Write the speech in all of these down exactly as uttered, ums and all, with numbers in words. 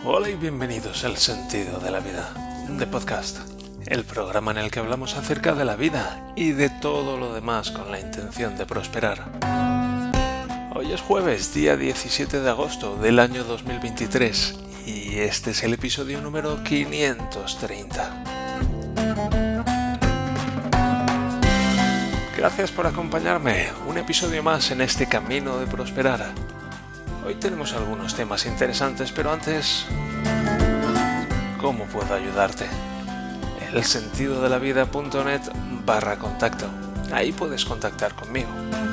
Hola y bienvenidos al Sentido de la Vida, de Podcast, el programa en el que hablamos acerca de la vida y de todo lo demás con la intención de prosperar. Hoy es jueves, día diecisiete de agosto del año dos mil veintitrés, y este es el episodio número quinientos treinta. Gracias por acompañarme, un episodio más en este camino de prosperar. Hoy tenemos algunos temas interesantes, pero antes, ¿cómo puedo ayudarte? el sentido de la vida punto net barra contacto. Ahí puedes contactar conmigo.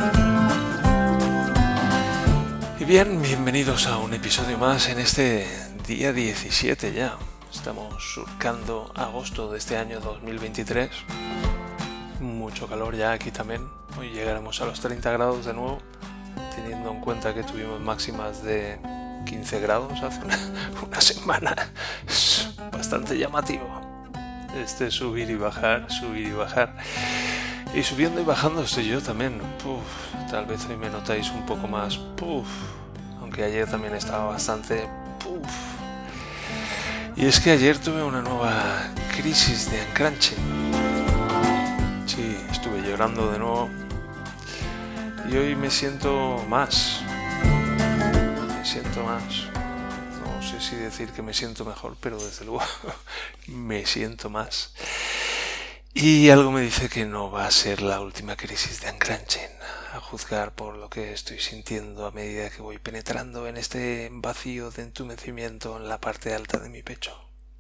Y bien, bienvenidos a un episodio más en este día diecisiete ya. Estamos surcando agosto de este año dos mil veintitrés. Mucho calor ya aquí también. Hoy llegaremos a los treinta grados de nuevo, teniendo en cuenta que tuvimos máximas de quince grados hace una, una semana. Es bastante llamativo este subir y bajar, subir y bajar. Y subiendo y bajando estoy yo también. Puf, tal vez hoy me notáis un poco más. Puf, aunque ayer también estaba bastante. Puf. Y es que ayer tuve una nueva crisis de uncrunching. Sí, estuve llorando de nuevo. Y hoy me siento más. Me siento más. No sé si decir que me siento mejor, pero desde luego me siento más. Y algo me dice que no va a ser la última crisis de uncrunching, a juzgar por lo que estoy sintiendo a medida que voy penetrando en este vacío de entumecimiento en la parte alta de mi pecho.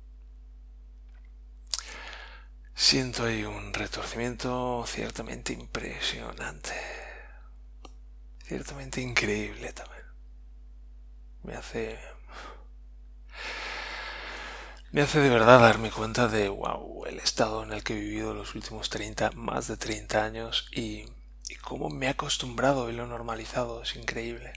Siento ahí un retorcimiento ciertamente impresionante. Ciertamente increíble también. Me hace... Me hace de verdad darme cuenta de, wow, el estado en el que he vivido los últimos treinta, más de treinta años y, y cómo me he acostumbrado y lo he normalizado. Es increíble.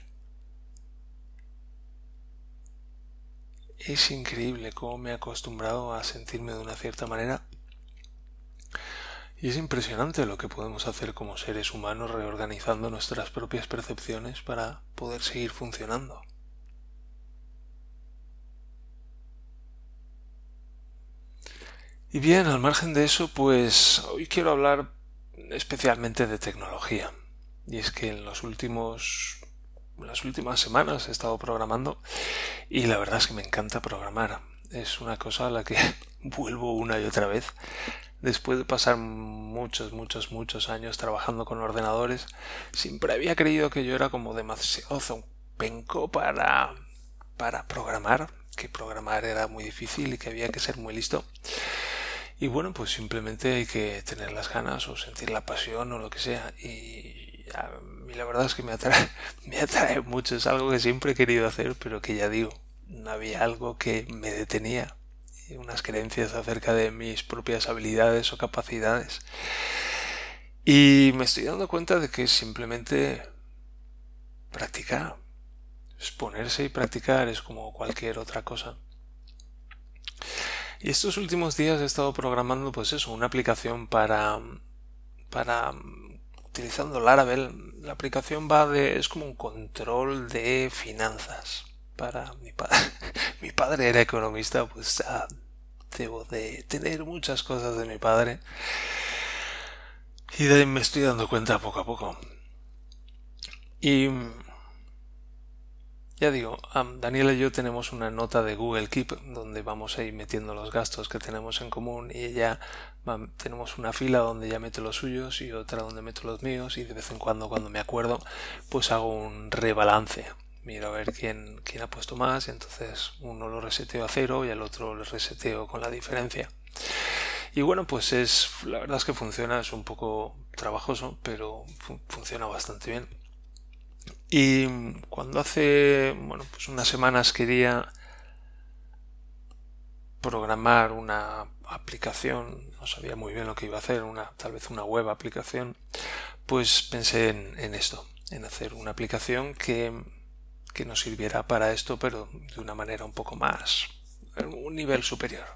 Es increíble cómo me he acostumbrado a sentirme de una cierta manera. Y es impresionante lo que podemos hacer como seres humanos reorganizando nuestras propias percepciones para poder seguir funcionando. Y bien, al margen de eso, pues hoy quiero hablar especialmente de tecnología. Y es que en los últimos, las últimas semanas he estado programando y la verdad es que me encanta programar. Es una cosa a la que vuelvo una y otra vez. Después de pasar muchos, muchos, muchos años trabajando con ordenadores, siempre había creído que yo era como demasiado penco para, para programar, que programar era muy difícil y que había que ser muy listo. Y bueno, pues simplemente hay que tener las ganas o sentir la pasión o lo que sea. Y a mí la verdad es que me atrae, me atrae mucho. Es algo que siempre he querido hacer, pero que ya digo, no había algo que me detenía. Unas creencias acerca de mis propias habilidades o capacidades. Y me estoy dando cuenta de que es simplemente practicar. Es ponerse y practicar, es como cualquier otra cosa. Y estos últimos días he estado programando, pues eso, una aplicación para, para utilizando Laravel. La aplicación va de, es como un control de finanzas. Para mi padre. Mi padre era economista, pues ah, debo de tener muchas cosas de mi padre. Y de ahí me estoy dando cuenta poco a poco. Y ya digo, um, Daniela y yo tenemos una nota de Google Keep donde vamos a ir metiendo los gastos que tenemos en común y ella va, tenemos una fila donde ella mete los suyos y otra donde meto los míos y de vez en cuando cuando me acuerdo pues hago un rebalance. Miro a ver quién, quién ha puesto más y entonces uno lo reseteo a cero y al otro lo reseteo con la diferencia. Y bueno, pues es la verdad es que funciona, es un poco trabajoso, pero fu- funciona bastante bien. Y cuando hace bueno, pues unas semanas quería programar una aplicación, no sabía muy bien lo que iba a hacer, una, tal vez una web aplicación, pues pensé en, en esto, en hacer una aplicación que... que nos sirviera para esto, pero de una manera un poco más, un nivel superior.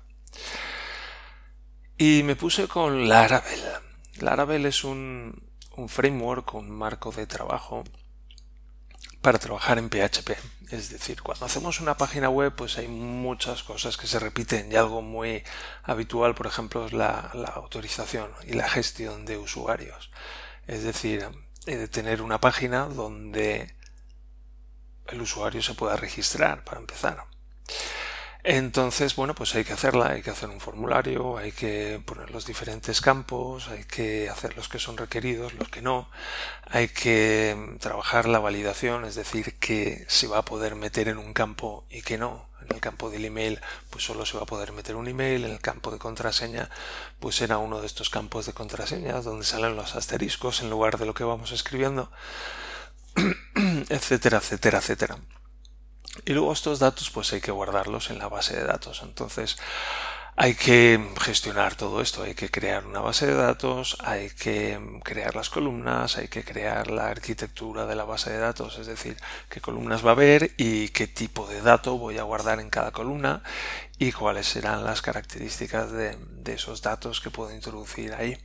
Y me puse con Laravel. Laravel es un, un framework, un marco de trabajo para trabajar en P H P. Es decir, cuando hacemos una página web, pues hay muchas cosas que se repiten y algo muy habitual, por ejemplo, es la, la autorización y la gestión de usuarios. Es decir, he de tener una página donde el usuario se pueda registrar para empezar. Entonces, bueno, pues hay que hacerla, hay que hacer un formulario, hay que poner los diferentes campos, hay que hacer los que son requeridos, los que no, hay que trabajar la validación, es decir, que se va a poder meter en un campo y que no. En el campo del email, pues solo se va a poder meter un email, en el campo de contraseña, pues será uno de estos campos de contraseñas donde salen los asteriscos en lugar de lo que vamos escribiendo, etcétera, etcétera, etcétera. Y luego estos datos pues hay que guardarlos en la base de datos. Entonces hay que gestionar todo esto, hay que crear una base de datos, hay que crear las columnas, hay que crear la arquitectura de la base de datos, es decir, qué columnas va a haber y qué tipo de dato voy a guardar en cada columna y cuáles serán las características de, de esos datos que puedo introducir ahí.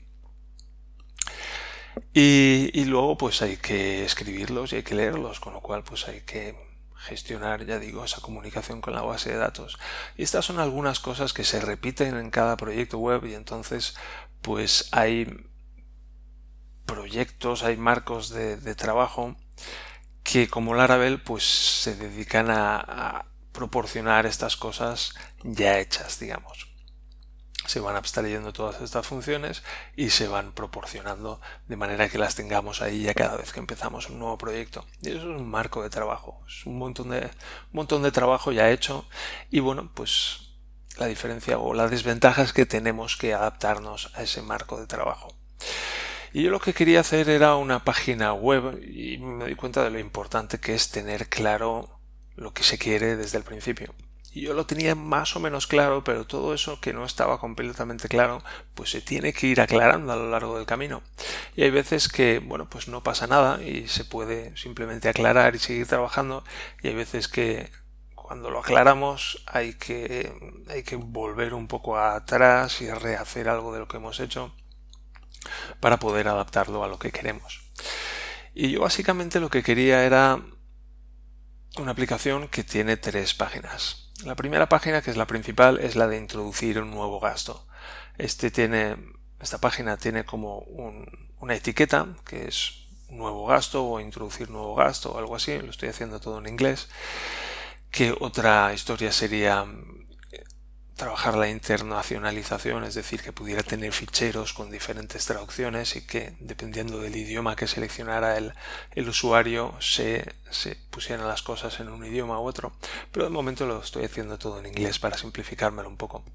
Y, y luego pues hay que escribirlos y hay que leerlos, con lo cual pues hay que gestionar, ya digo, esa comunicación con la base de datos. Y estas son algunas cosas que se repiten en cada proyecto web y entonces pues hay proyectos, hay marcos de, de trabajo que como Laravel pues se dedican a, a proporcionar estas cosas ya hechas, digamos. Se van abstrayendo todas estas funciones y se van proporcionando de manera que las tengamos ahí ya cada vez que empezamos un nuevo proyecto. Y eso es un marco de trabajo, es un montón de, un montón de trabajo ya hecho y bueno, pues la diferencia o la desventaja es que tenemos que adaptarnos a ese marco de trabajo. Y yo lo que quería hacer era una página web y me di cuenta de lo importante que es tener claro lo que se quiere desde el principio. Y yo lo tenía más o menos claro, pero todo eso que no estaba completamente claro, pues se tiene que ir aclarando a lo largo del camino. Y hay veces que, bueno, pues no pasa nada y se puede simplemente aclarar y seguir trabajando. Y hay veces que cuando lo aclaramos hay que, hay que volver un poco atrás y rehacer algo de lo que hemos hecho para poder adaptarlo a lo que queremos. Y yo básicamente lo que quería era una aplicación que tiene tres páginas. La primera página, que es la principal, es la de introducir un nuevo gasto. Este tiene, esta página tiene como un, una etiqueta que es nuevo gasto o introducir nuevo gasto o algo así. Lo estoy haciendo todo en inglés. Que otra historia sería trabajar la internacionalización, es decir, que pudiera tener ficheros con diferentes traducciones y que dependiendo del idioma que seleccionara el, el usuario se, se pusieran las cosas en un idioma u otro, pero de momento lo estoy haciendo todo en inglés para simplificármelo un poco.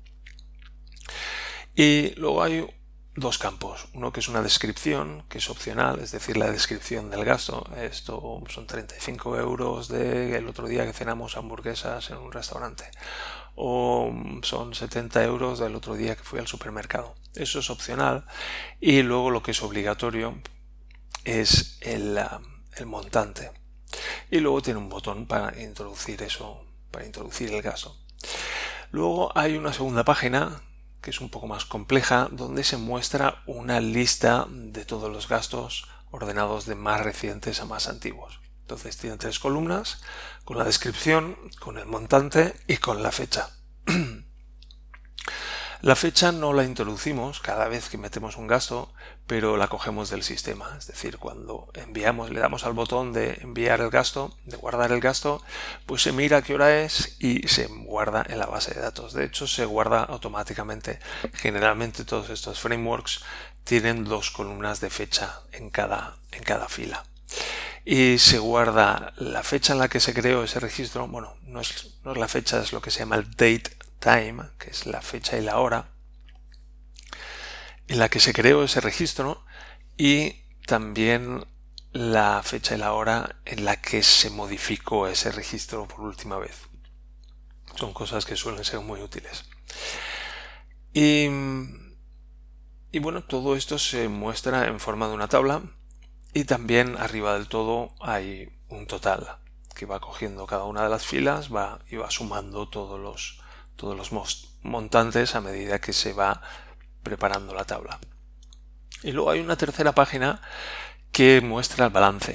Y luego hay dos campos, uno que es una descripción, que es opcional, es decir, la descripción del gasto. Esto son treinta y cinco euros del otro día que cenamos hamburguesas en un restaurante, o son setenta euros del otro día que fui al supermercado. Eso es opcional. Y luego lo que es obligatorio es el, el montante. Y luego tiene un botón para introducir eso, para introducir el gasto. Luego hay una segunda página que es un poco más compleja, donde se muestra una lista de todos los gastos ordenados de más recientes a más antiguos. Entonces tiene tres columnas, con la descripción, con el montante y con la fecha. La fecha no la introducimos cada vez que metemos un gasto, pero la cogemos del sistema. Es decir, cuando enviamos, le damos al botón de enviar el gasto, de guardar el gasto, pues se mira qué hora es y se guarda en la base de datos. De hecho, se guarda automáticamente. Generalmente todos estos frameworks tienen dos columnas de fecha en cada, en cada fila. Y se guarda la fecha en la que se creó ese registro. Bueno, no es, no es la fecha, es lo que se llama el date time, que es la fecha y la hora en la que se creó ese registro, y también la fecha y la hora en la que se modificó ese registro por última vez. Son cosas que suelen ser muy útiles. Y, y bueno, todo esto se muestra en forma de una tabla, y también arriba del todo hay un total que va cogiendo cada una de las filas, va y va sumando todos los todos los montantes a medida que se va preparando la tabla. Y luego hay una tercera página que muestra el balance.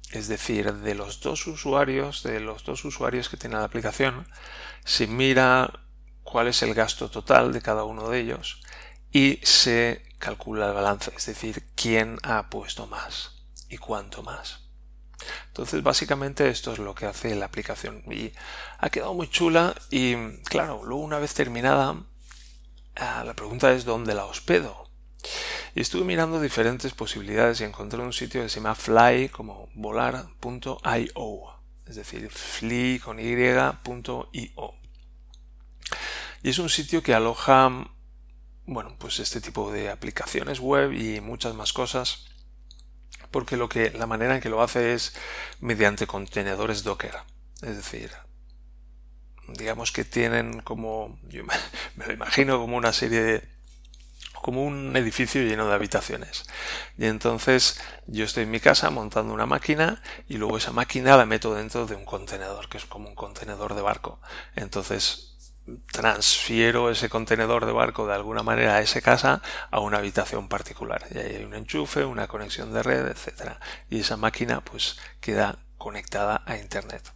Es decir, de los dos usuarios, de los dos usuarios que tiene la aplicación, se mira cuál es el gasto total de cada uno de ellos y se calcula el balance, es decir, quién ha puesto más y cuánto más. Entonces, básicamente esto es lo que hace la aplicación y ha quedado muy chula y, claro, luego una vez terminada, la pregunta es ¿dónde la hospedo? Y estuve mirando diferentes posibilidades y encontré un sitio que se llama fly, como volar punto i o, es decir, fly con y punto i o. Y es un sitio que aloja, bueno, pues este tipo de aplicaciones web y muchas más cosas, porque lo que, la manera en que lo hace es mediante contenedores Docker. Es decir, digamos que tienen como, yo me, me lo imagino como una serie de, como un edificio lleno de habitaciones. Y entonces yo estoy en mi casa montando una máquina y luego esa máquina la meto dentro de un contenedor, que es como un contenedor de barco. Entonces transfiero ese contenedor de barco de alguna manera a esa casa a una habitación particular. Y ahí hay un enchufe, una conexión de red, etcétera. Y esa máquina pues queda conectada a internet.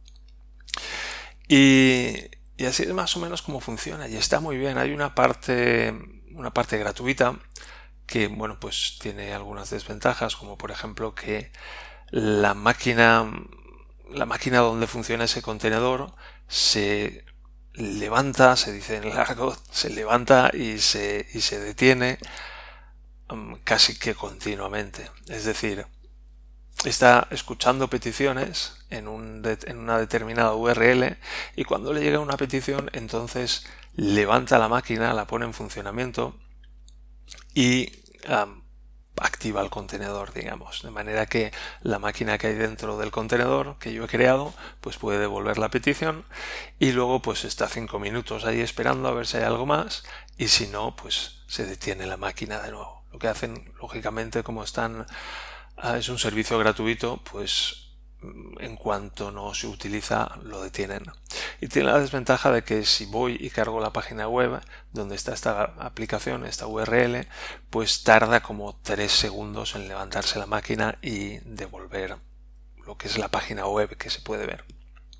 Y, y así es más o menos como funciona. Y está muy bien. Hay una parte, una parte gratuita que, bueno, pues tiene algunas desventajas, como por ejemplo que la máquina, la máquina donde funciona ese contenedor se levanta, se dice en largo, se levanta y se, y se detiene um, casi que continuamente. Es decir, está escuchando peticiones en, un de, en una determinada U R L y cuando le llega una petición, entonces levanta la máquina, la pone en funcionamiento y um, activa el contenedor, digamos, de manera que la máquina que hay dentro del contenedor que yo he creado pues puede devolver la petición y luego pues está cinco minutos ahí esperando a ver si hay algo más y si no pues se detiene la máquina de nuevo. Lo que hacen, lógicamente, como están uh, es un servicio gratuito, pues en cuanto no se utiliza lo detienen. Y tiene la desventaja de que si voy y cargo la página web donde está esta aplicación, esta U R L, pues tarda como tres segundos en levantarse la máquina y devolver lo que es la página web que se puede ver.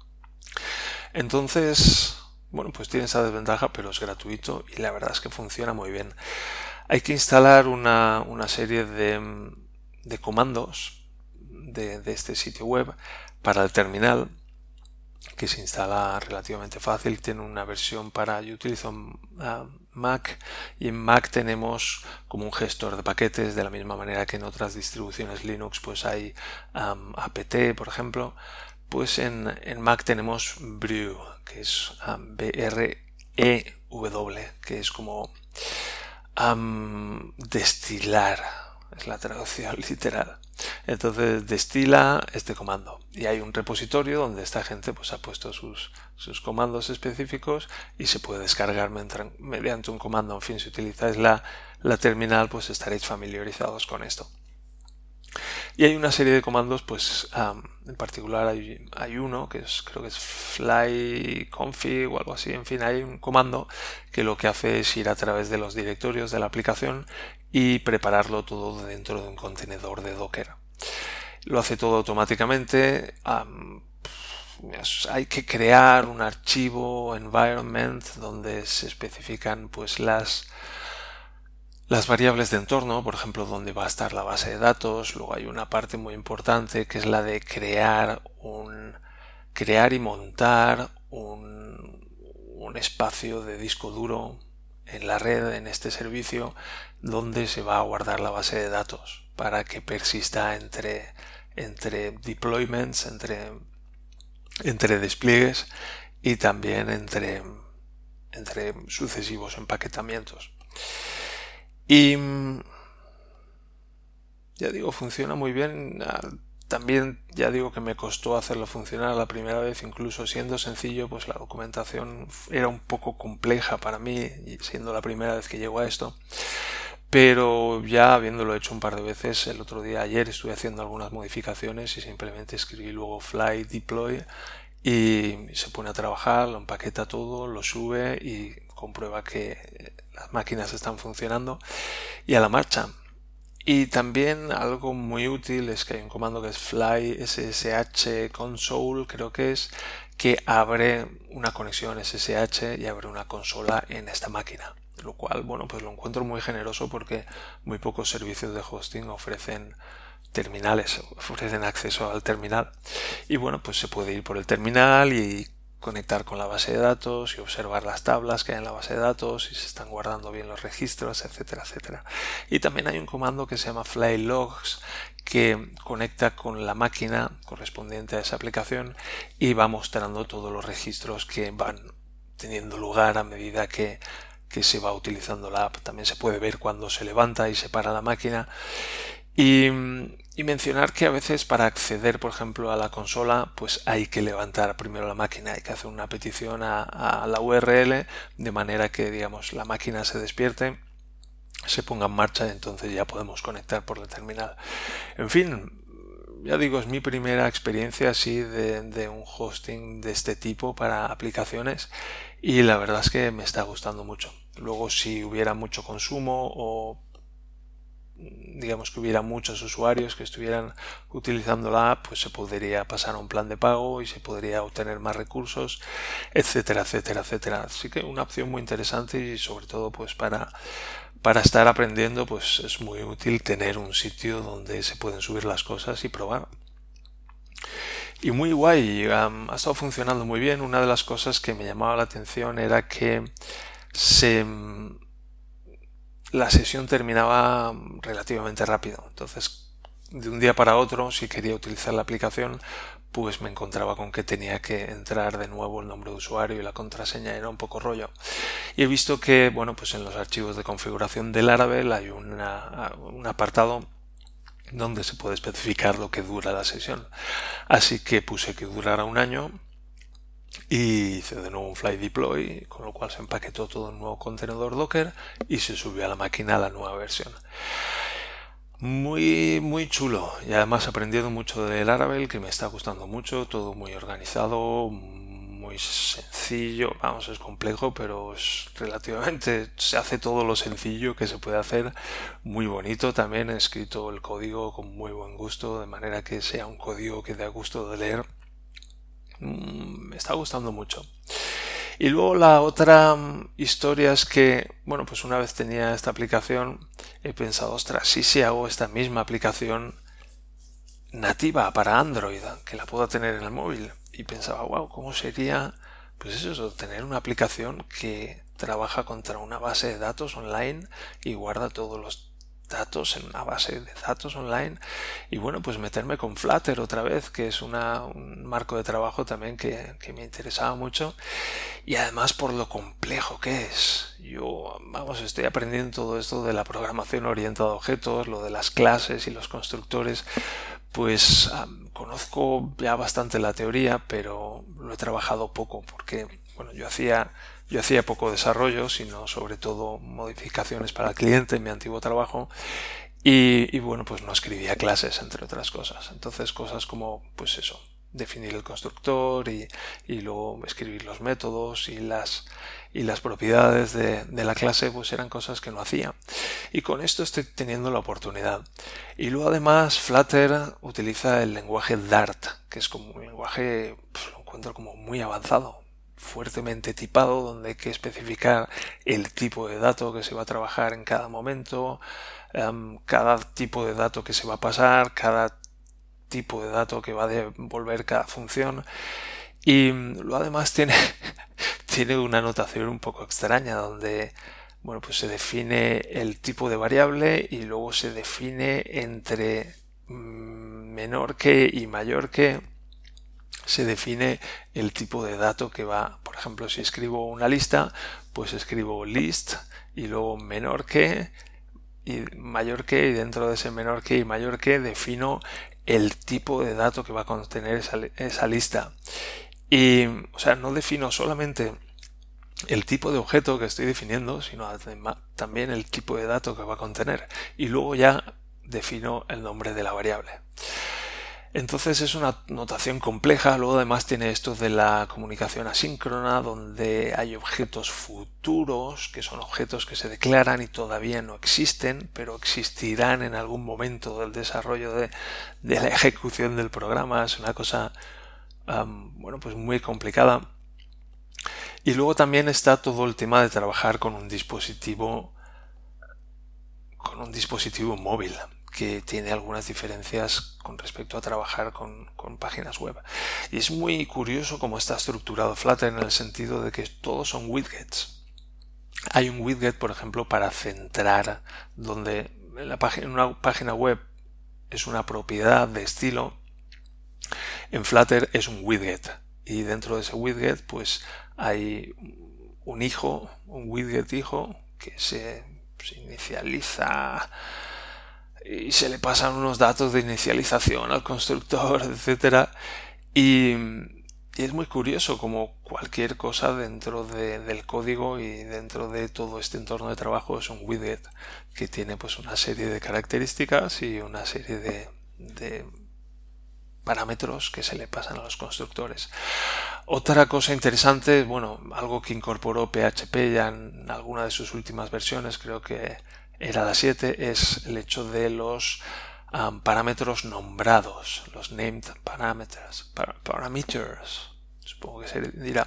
Entonces, bueno, pues tiene esa desventaja, pero es gratuito y la verdad es que funciona muy bien. Hay que instalar una, una serie de, de comandos De, de este sitio web para el terminal, que se instala relativamente fácil. Tiene una versión para, yo utilizo uh, Mac, y en Mac tenemos como un gestor de paquetes, de la misma manera que en otras distribuciones Linux pues hay um, apt, por ejemplo. Pues en, en Mac tenemos Brew, que es um, B R E W, que es como um, destilar, es la traducción literal. Entonces destila este comando y hay un repositorio donde esta gente pues ha puesto sus, sus comandos específicos y se puede descargar mediante un comando. En fin, si utilizáis la, la terminal pues estaréis familiarizados con esto. Y hay una serie de comandos, pues um, en particular hay, hay uno que es, creo que es flyconfig o algo así. En fin, hay un comando que lo que hace es ir a través de los directorios de la aplicación y prepararlo todo dentro de un contenedor de Docker. Lo hace todo automáticamente. Um, hay que crear un archivo environment donde se especifican pues las Las variables de entorno, por ejemplo, dónde va a estar la base de datos. Luego hay una parte muy importante que es la de crear un crear y montar un, un espacio de disco duro en la red, en este servicio, donde se va a guardar la base de datos para que persista entre, entre deployments, entre, entre despliegues y también entre, entre sucesivos empaquetamientos. Y ya digo, funciona muy bien. También ya digo que me costó hacerlo funcionar la primera vez, incluso siendo sencillo, pues la documentación era un poco compleja para mí, siendo la primera vez que llego a esto. Pero ya habiéndolo hecho un par de veces, el otro día, ayer, estuve haciendo algunas modificaciones y simplemente escribí luego fly deploy y se pone a trabajar, lo empaqueta todo, lo sube y comprueba que las máquinas están funcionando y a la marcha. Y también algo muy útil es que hay un comando que es fly ssh console, creo que es, que abre una conexión S S H y abre una consola en esta máquina. Lo cual, bueno, pues lo encuentro muy generoso porque muy pocos servicios de hosting ofrecen terminales, ofrecen acceso al terminal. Y bueno, pues se puede ir por el terminal y conectar con la base de datos y observar las tablas que hay en la base de datos, si se están guardando bien los registros, etcétera, etcétera. Y también hay un comando que se llama fly logs que conecta con la máquina correspondiente a esa aplicación y va mostrando todos los registros que van teniendo lugar a medida que, que se va utilizando la app. También se puede ver cuando se levanta y se para la máquina. Y, y mencionar que a veces para acceder, por ejemplo, a la consola, pues hay que levantar primero la máquina, hay que hacer una petición a, a la U R L de manera que, digamos, la máquina se despierte, se ponga en marcha y entonces ya podemos conectar por el terminal. En fin, ya digo, es mi primera experiencia así de, de un hosting de este tipo para aplicaciones y la verdad es que me está gustando mucho. Luego, si hubiera mucho consumo o digamos que hubiera muchos usuarios que estuvieran utilizando la app, pues se podría pasar a un plan de pago y se podría obtener más recursos, etcétera, etcétera, etcétera. Así que una opción muy interesante y sobre todo pues para, para estar aprendiendo pues es muy útil tener un sitio donde se pueden subir las cosas y probar. Y muy guay, um, ha estado funcionando muy bien. Una de las cosas que me llamaba la atención era que se... la sesión terminaba relativamente rápido. Entonces, de un día para otro, si quería utilizar la aplicación, pues me encontraba con que tenía que entrar de nuevo el nombre de usuario y la contraseña, era un poco rollo. Y he visto que, bueno, pues en los archivos de configuración del Laravel hay una, un apartado donde se puede especificar lo que dura la sesión. Así que puse que durara un año y hice de nuevo un fly deploy, con lo cual se empaquetó todo en un nuevo contenedor Docker y se subió a la máquina la nueva versión. Muy, muy chulo y además he aprendido mucho de Laravel, que me está gustando mucho, todo muy organizado, muy sencillo, vamos, es complejo, pero es relativamente, se hace todo lo sencillo que se puede hacer, muy bonito. También he escrito el código con muy buen gusto, de manera que sea un código que dé gusto de leer. Me está gustando mucho. Y luego la otra historia es que, bueno, pues una vez tenía esta aplicación, he pensado, ostras, si sí, hago esta misma aplicación nativa para Android, que la puedo tener en el móvil. Y pensaba, wow, ¿cómo sería, pues eso, tener una aplicación que trabaja contra una base de datos online y guarda todos los datos en una base de datos online? Y bueno, pues meterme con Flutter otra vez, que es una, un marco de trabajo también que, que me interesaba mucho, y además por lo complejo que es. Yo, vamos, estoy aprendiendo todo esto de la programación orientada a objetos, lo de las clases y los constructores, pues um, conozco ya bastante la teoría, pero lo he trabajado poco porque, bueno, yo hacía Yo hacía poco desarrollo, sino sobre todo modificaciones para el cliente en mi antiguo trabajo y, y bueno, pues no escribía clases, entre otras cosas. Entonces cosas como, pues eso, definir el constructor y, y luego escribir los métodos y las, y las propiedades de, de la clase, pues eran cosas que no hacía. Y con esto estoy teniendo la oportunidad. Y luego además Flutter utiliza el lenguaje Dart, que es como un lenguaje, pues lo encuentro como muy avanzado, fuertemente tipado, donde hay que especificar el tipo de dato que se va a trabajar en cada momento, um, cada tipo de dato que se va a pasar, cada tipo de dato que va a devolver cada función. Y lo además tiene, tiene una notación un poco extraña, donde bueno, pues se define el tipo de variable y luego se define entre menor que y mayor que, se define el tipo de dato que va. Por ejemplo, si escribo una lista, pues escribo list y luego menor que y mayor que, y dentro de ese menor que y mayor que defino el tipo de dato que va a contener esa, esa lista. Y, o sea, no defino solamente el tipo de objeto que estoy definiendo, sino también el tipo de dato que va a contener. Y luego ya defino el nombre de la variable. Entonces es una notación compleja. Luego además tiene esto de la comunicación asíncrona, donde hay objetos futuros, que son objetos que se declaran y todavía no existen, pero existirán en algún momento del desarrollo de, de la ejecución del programa. Es una cosa um, bueno, pues muy complicada. Y luego también está todo el tema de trabajar con un dispositivo con un dispositivo móvil, que tiene algunas diferencias con respecto a trabajar con, con páginas web. Y es muy curioso cómo está estructurado Flutter, en el sentido de que todos son widgets. Hay un widget, por ejemplo, para centrar, donde en, la página, en una página web es una propiedad de estilo, en Flutter es un widget. Y dentro de ese widget pues hay un hijo, un widget hijo, que se, se inicializa y se le pasan unos datos de inicialización al constructor, etcétera. Y, y es muy curioso como cualquier cosa dentro de, del código y dentro de todo este entorno de trabajo es un widget que tiene pues una serie de características y una serie de, de parámetros que se le pasan a los constructores. Otra cosa interesante, bueno, algo que incorporó P H P ya en alguna de sus últimas versiones, creo que era la siete, es el hecho de los um, parámetros nombrados, los named parameters, para, parameters, supongo que se dirá,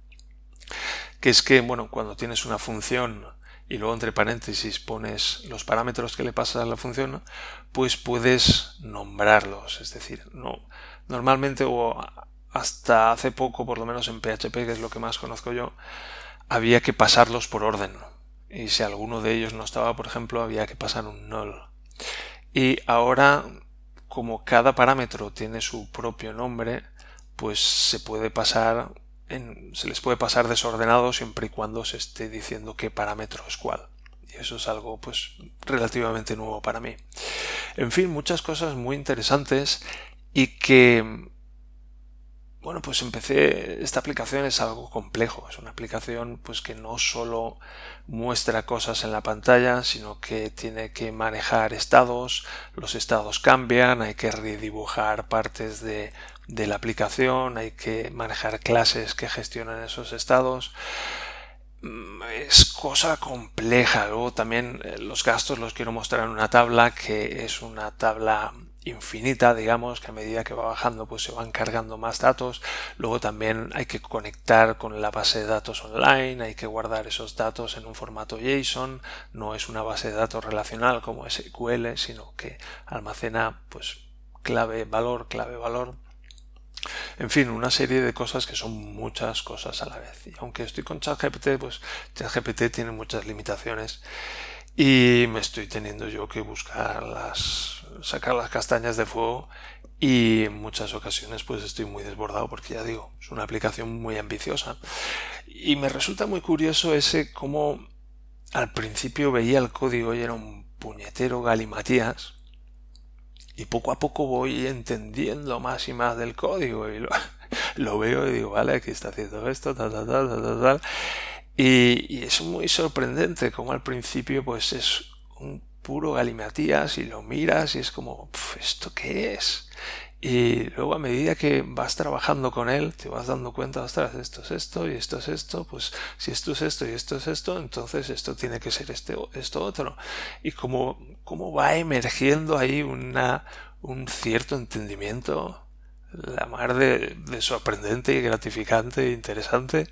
que es que, bueno, cuando tienes una función y luego entre paréntesis pones los parámetros que le pasas a la función, pues puedes nombrarlos. Es decir, no normalmente, o hasta hace poco, por lo menos en P H P, que es lo que más conozco yo, había que pasarlos por orden. Y si alguno de ellos no estaba, por ejemplo, había que pasar un null. Y ahora, como cada parámetro tiene su propio nombre, pues se puede pasar En, se les puede pasar desordenado siempre y cuando se esté diciendo qué parámetro es cuál. Y eso es algo pues relativamente nuevo para mí. En fin, muchas cosas muy interesantes y que, bueno, pues empecé, esta aplicación es algo complejo, es una aplicación pues que no solo muestra cosas en la pantalla, sino que tiene que manejar estados, los estados cambian, hay que redibujar partes de de la aplicación, hay que manejar clases que gestionan esos estados. Es cosa compleja. Luego también los gastos los quiero mostrar en una tabla, que es una tabla infinita, digamos, que a medida que va bajando pues se van cargando más datos. Luego también hay que conectar con la base de datos online, hay que guardar esos datos en un formato JSON, no es una base de datos relacional como S Q L, sino que almacena pues clave, valor, clave, valor. En fin, una serie de cosas que son muchas cosas a la vez. Y aunque estoy con ChatGPT, pues ChatGPT tiene muchas limitaciones y me estoy teniendo yo que buscar las, sacar las castañas de fuego, y en muchas ocasiones pues estoy muy desbordado porque, ya digo, es una aplicación muy ambiciosa. Y me resulta muy curioso ese cómo al principio veía el código y era un puñetero galimatías. Y poco a poco voy entendiendo más y más del código y lo, lo veo y digo, vale, aquí está haciendo esto, tal, tal, tal, tal, tal. Y, y es muy sorprendente como al principio pues es un puro galimatías y lo miras y es como, ¿esto qué es? Y luego a medida que vas trabajando con él te vas dando cuenta, ostras, esto es esto y esto es esto, pues si esto es esto y esto es esto, entonces esto tiene que ser este, esto otro. Y como, como va emergiendo ahí una, un cierto entendimiento, la mar de, de sorprendente y gratificante e interesante.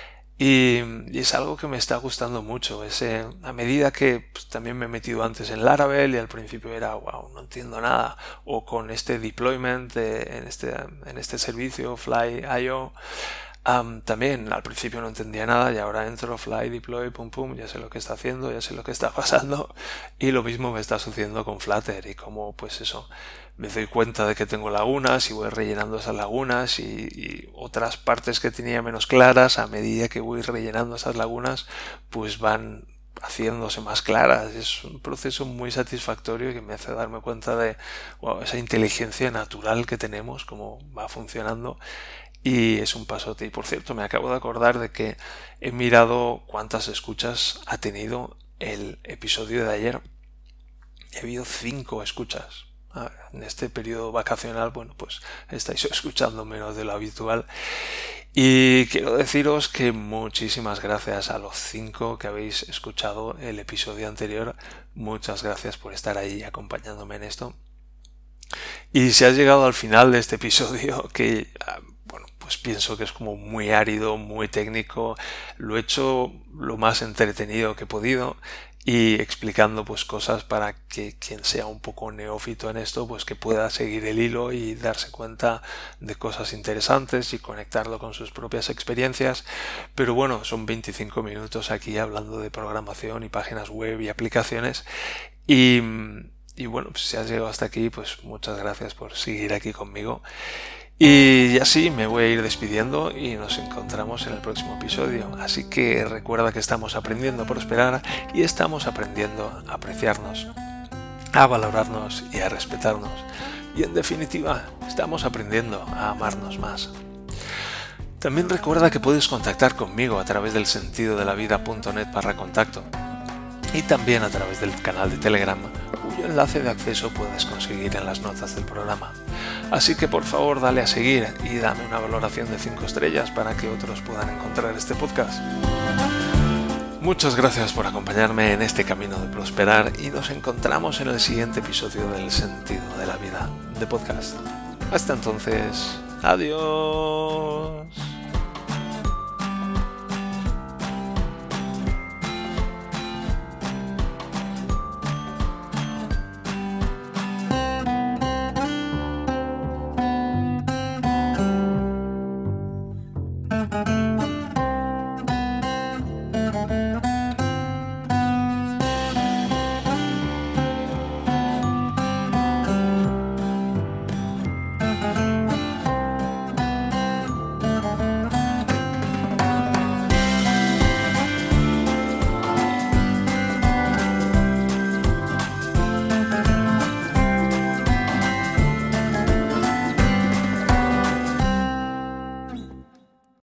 Y, y es algo que me está gustando mucho. Ese, a medida que pues, también me he metido antes en Laravel y al principio era, wow, no entiendo nada. O con este deployment de, en, este, en este servicio, Fly punto i o, um, también al principio no entendía nada y ahora entro, Fly, deploy, pum pum, ya sé lo que está haciendo, ya sé lo que está pasando. Y lo mismo me está sucediendo con Flutter y como pues eso, me doy cuenta de que tengo lagunas y voy rellenando esas lagunas y, y otras partes que tenía menos claras, a medida que voy rellenando esas lagunas pues van haciéndose más claras. Es un proceso muy satisfactorio que me hace darme cuenta de wow, esa inteligencia natural que tenemos, cómo va funcionando, y es un pasote. Y por cierto, me acabo de acordar de que he mirado cuántas escuchas ha tenido el episodio de ayer. He habido cinco escuchas. En este periodo vacacional, bueno, pues estáis escuchando menos de lo habitual. Y quiero deciros que muchísimas gracias a los cinco que habéis escuchado el episodio anterior. Muchas gracias por estar ahí acompañándome en esto. Y si has llegado al final de este episodio, que bueno, pues pienso que es como muy árido, muy técnico, lo he hecho lo más entretenido que he podido y explicando pues cosas para que quien sea un poco neófito en esto pues que pueda seguir el hilo y darse cuenta de cosas interesantes y conectarlo con sus propias experiencias. Pero bueno, son veinticinco minutos aquí hablando de programación y páginas web y aplicaciones y, y bueno, pues si has llegado hasta aquí, pues muchas gracias por seguir aquí conmigo. Y así me voy a ir despidiendo y nos encontramos en el próximo episodio. Así que recuerda que estamos aprendiendo a prosperar y estamos aprendiendo a apreciarnos, a valorarnos y a respetarnos. Y en definitiva, estamos aprendiendo a amarnos más. También recuerda que puedes contactar conmigo a través del sentido de la vida punto net barra contacto y también a través del canal de Telegram, cuyo enlace de acceso puedes conseguir en las notas del programa. Así que por favor dale a seguir y dame una valoración de cinco estrellas para que otros puedan encontrar este podcast. Muchas gracias por acompañarme en este camino de prosperar y nos encontramos en el siguiente episodio del Sentido de la Vida de Podcast. Hasta entonces, adiós.